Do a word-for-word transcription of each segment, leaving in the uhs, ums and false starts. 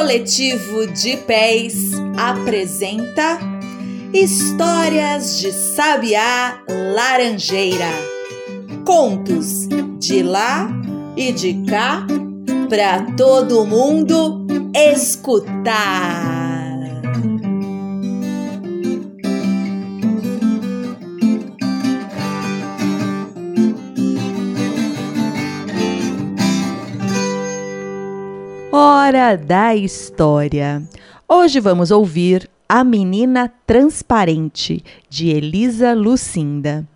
Coletivo de Pés apresenta Histórias de Sabiá Laranjeira. Contos de lá e de cá para todo mundo escutar. Hora da história. Hoje vamos ouvir A Menina Transparente, de Elisa Lucinda.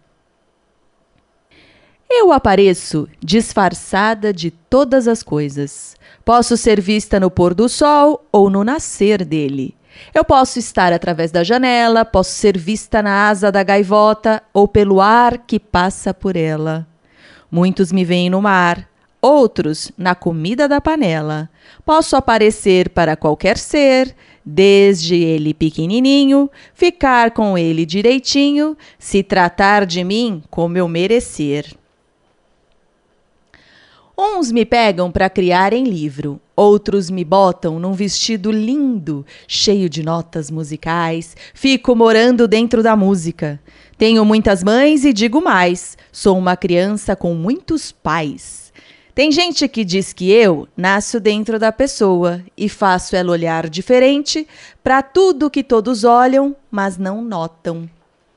Eu apareço disfarçada de todas as coisas. Posso ser vista no pôr do sol ou no nascer dele. Eu posso estar através da janela, posso ser vista na asa da gaivota ou pelo ar que passa por ela. Muitos me veem no mar, outros na comida da panela. Posso aparecer para qualquer ser, desde ele pequenininho, ficar com ele direitinho, se tratar de mim como eu merecer. Uns me pegam para criar em livro, outros me botam num vestido lindo, cheio de notas musicais. Fico morando dentro da música. Tenho muitas mães e digo mais, sou uma criança com muitos pais. Tem gente que diz que eu nasço dentro da pessoa e faço ela olhar diferente para tudo que todos olham, mas não notam.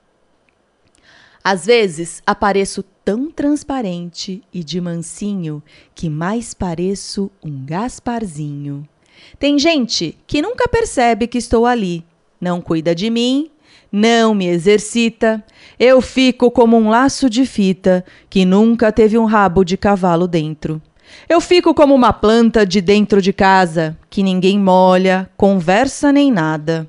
Às vezes apareço tão transparente e de mansinho que mais pareço um Gasparzinho. Tem gente que nunca percebe que estou ali, não cuida de mim, não me exercita. Eu fico como um laço de fita que nunca teve um rabo de cavalo dentro. Eu fico como uma planta de dentro de casa que ninguém molha, conversa nem nada.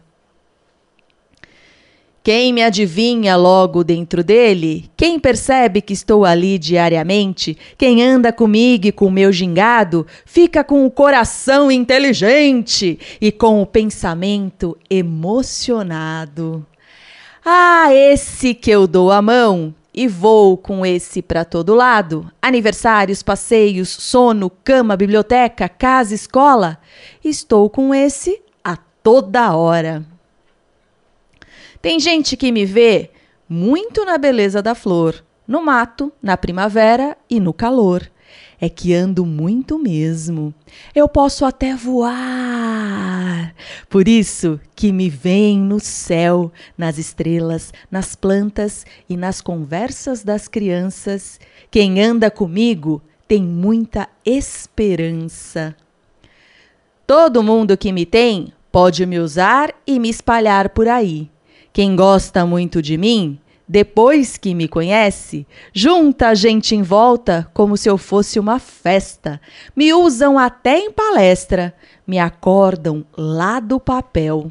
Quem me adivinha logo dentro dele, quem percebe que estou ali diariamente, quem anda comigo e com o meu gingado, fica com o coração inteligente e com o pensamento emocionado. Ah, esse que eu dou a mão e vou com esse para todo lado. Aniversários, passeios, sono, cama, biblioteca, casa, escola. Estou com esse a toda hora. Tem gente que me vê muito na beleza da flor, no mato, na primavera e no calor. É que ando muito mesmo. Eu posso até voar. Por isso que me veem no céu, nas estrelas, nas plantas e nas conversas das crianças. Quem anda comigo tem muita esperança. Todo mundo que me tem pode me usar e me espalhar por aí. Quem gosta muito de mim, depois que me conhece, junta a gente em volta como se eu fosse uma festa. Me usam até em palestra, me acordam lá do papel.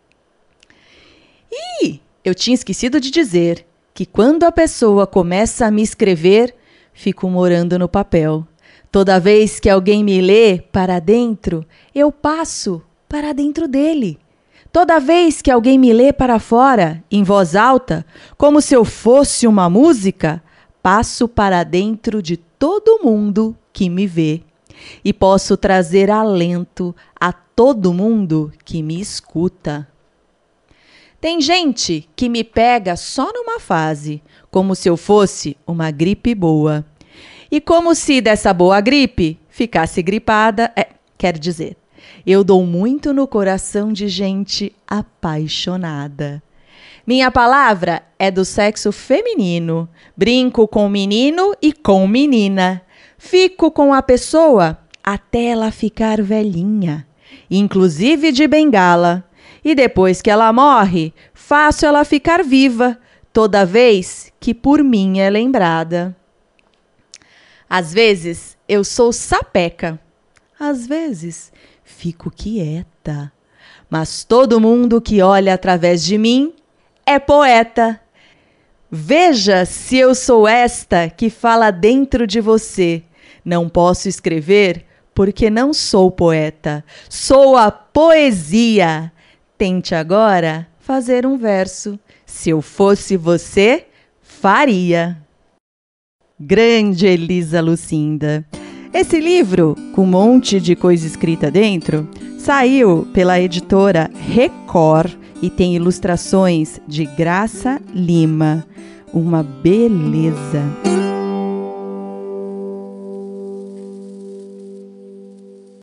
E eu tinha esquecido de dizer que quando a pessoa começa a me escrever, fico morando no papel. Toda vez que alguém me lê para dentro, eu passo para dentro dele. Toda vez que alguém me lê para fora, em voz alta, como se eu fosse uma música, passo para dentro de todo mundo que me vê. E posso trazer alento a todo mundo que me escuta. Tem gente que me pega só numa fase, como se eu fosse uma gripe boa. E como se dessa boa gripe ficasse gripada, é, quer dizer, eu dou muito no coração de gente apaixonada. Minha palavra é do sexo feminino. Brinco com menino e com menina. Fico com a pessoa até ela ficar velhinha, inclusive de bengala. E depois que ela morre, faço ela ficar viva, toda vez que por mim é lembrada. Às vezes eu sou sapeca. Às vezes fico quieta, mas todo mundo que olha através de mim é poeta. Veja se eu sou esta que fala dentro de você. Não posso escrever porque não sou poeta. Sou a poesia. Tente agora fazer um verso. Se eu fosse você, faria. Grande Elisa Lucinda. Esse livro, com um monte de coisa escrita dentro, Saiu pela editora Record e tem ilustrações de Graça Lima. Uma beleza!